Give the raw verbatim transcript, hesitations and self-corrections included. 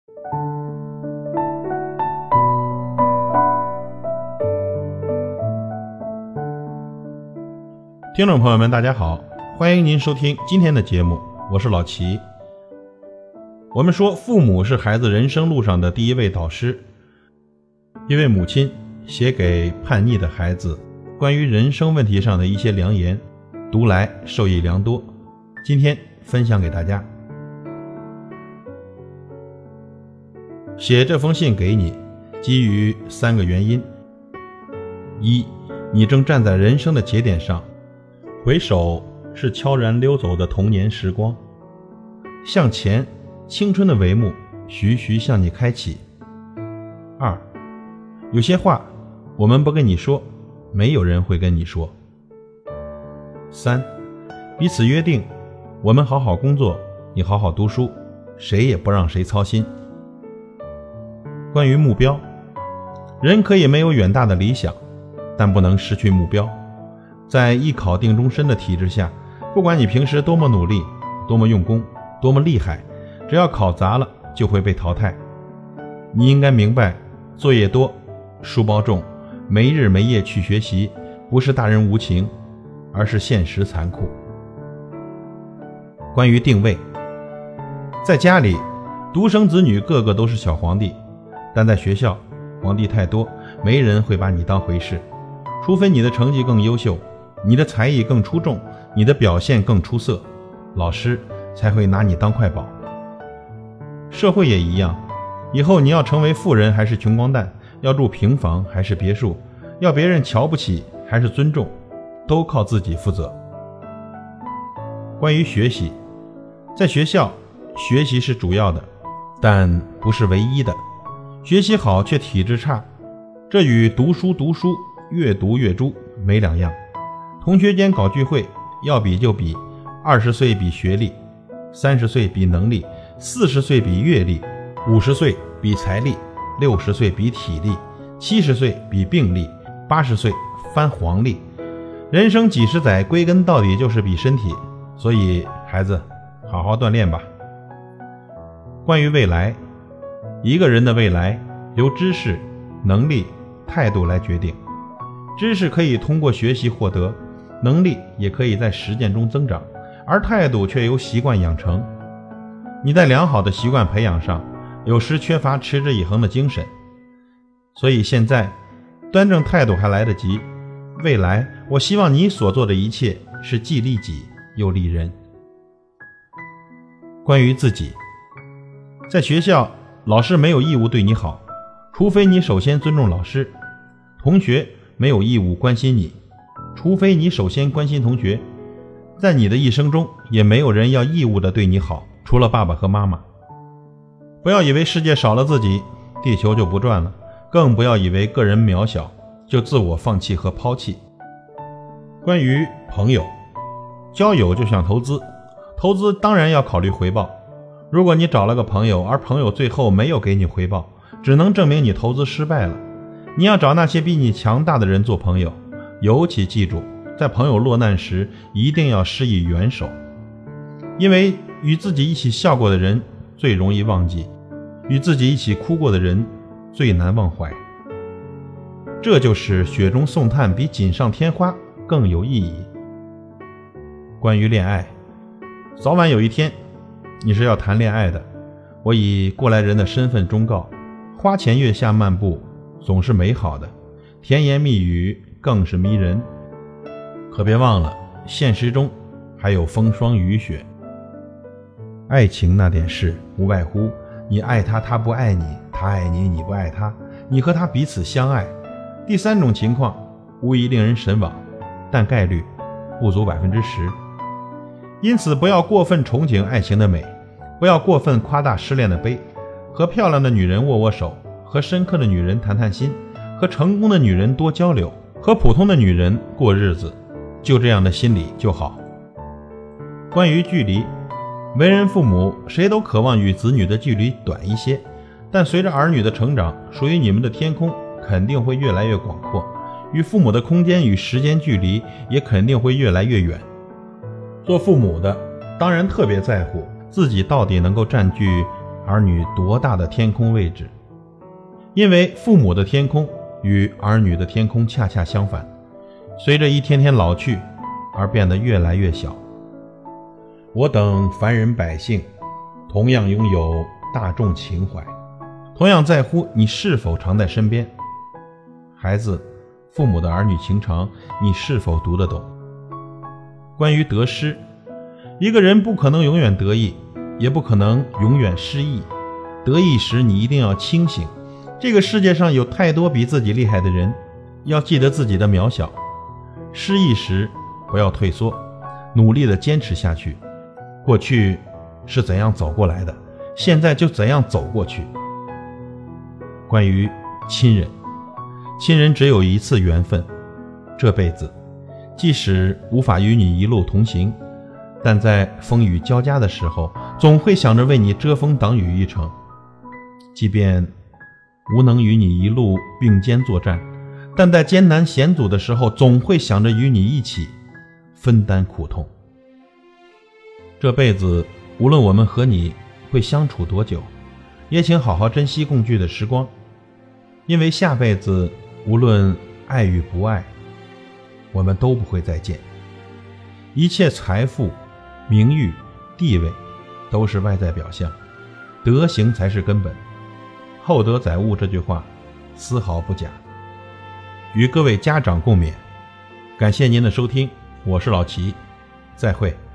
听众朋友们大家好，欢迎您收听今天的节目，我是老齐。我们说父母是孩子人生路上的第一位导师，一位母亲写给叛逆的孩子关于人生问题上的一些良言，读来受益良多，今天分享给大家。写这封信给你，基于三个原因：一，你正站在人生的节点上，回首是悄然溜走的童年时光，向前，青春的帷幕徐徐向你开启。二，有些话我们不跟你说，没有人会跟你说。三，彼此约定，我们好好工作，你好好读书，谁也不让谁操心。关于目标，人可以没有远大的理想，但不能失去目标。在一考定终身的体制下，不管你平时多么努力，多么用功，多么厉害，只要考砸了就会被淘汰。你应该明白，作业多，书包重，没日没夜去学习，不是大人无情，而是现实残酷。关于定位，在家里，独生子女个个都是小皇帝，但在学校，皇帝太多，没人会把你当回事，除非你的成绩更优秀，你的才艺更出众，你的表现更出色，老师才会拿你当快宝。社会也一样，以后你要成为富人还是穷光蛋，要住平房还是别墅，要别人瞧不起还是尊重，都靠自己负责。关于学习，在学校，学习是主要的，但不是唯一的。学习好却体质差，这与读书读书越读越猪没两样。同学间搞聚会，要比就比，二十岁比学历，三十岁比能力，四十岁比阅历，五十岁比财力，六十岁比体力，七十岁比病力，八十岁翻黄历。人生几十载，归根到底就是比身体，所以孩子好好锻炼吧。关于未来，一个人的未来由知识、能力、态度来决定。知识可以通过学习获得，能力也可以在实践中增长，而态度却由习惯养成。你在良好的习惯培养上，有时缺乏持之以恒的精神。所以现在端正态度还来得及，未来我希望你所做的一切是既利己又利人。关于自己，在学校，老师没有义务对你好，除非你首先尊重老师；同学没有义务关心你，除非你首先关心同学。在你的一生中，也没有人要义务的对你好，除了爸爸和妈妈。不要以为世界少了自己，地球就不转了，更不要以为个人渺小，就自我放弃和抛弃。关于朋友，交友就像投资，投资当然要考虑回报。如果你找了个朋友，而朋友最后没有给你回报，只能证明你投资失败了。你要找那些比你强大的人做朋友，尤其记住，在朋友落难时一定要施以援手，因为与自己一起笑过的人最容易忘记，与自己一起哭过的人最难忘怀。这就是雪中送炭比锦上添花更有意义。关于恋爱，早晚有一天你是要谈恋爱的，我以过来人的身份忠告，花前月下漫步总是美好的，甜言蜜语更是迷人。可别忘了，现实中还有风霜雨雪。爱情那点事，无外乎你爱他，他不爱你，他爱你，你不爱他，你和他彼此相爱。第三种情况无疑令人神往，但概率不足百分之十。因此不要过分憧憬爱情的美，不要过分夸大失恋的悲。和漂亮的女人握握手，和深刻的女人谈谈心，和成功的女人多交流，和普通的女人过日子，就这样的心理就好。关于距离，为人父母，谁都渴望与子女的距离短一些，但随着儿女的成长，属于你们的天空肯定会越来越广阔，与父母的空间与时间距离也肯定会越来越远。做父母的当然特别在乎自己到底能够占据儿女多大的天空位置，因为父母的天空与儿女的天空恰恰相反，随着一天天老去而变得越来越小。我等凡人百姓同样拥有大众情怀，同样在乎你是否常在身边。孩子，父母的儿女情长，你是否读得懂？关于得失，一个人不可能永远得意，也不可能永远失意。得意时你一定要清醒，这个世界上有太多比自己厉害的人，要记得自己的渺小。失意时不要退缩，努力地坚持下去。过去是怎样走过来的，现在就怎样走过去。关于亲人，亲人只有一次缘分，这辈子即使无法与你一路同行，但在风雨交加的时候，总会想着为你遮风挡雨一程。即便无能与你一路并肩作战，但在艰难险阻的时候，总会想着与你一起分担苦痛。这辈子无论我们和你会相处多久，也请好好珍惜共聚的时光，因为下辈子无论爱与不爱，我们都不会再见。一切财富、名誉、地位都是外在表象，德行才是根本。厚德载物这句话丝毫不假。与各位家长共勉。感谢您的收听，我是老齐，再会。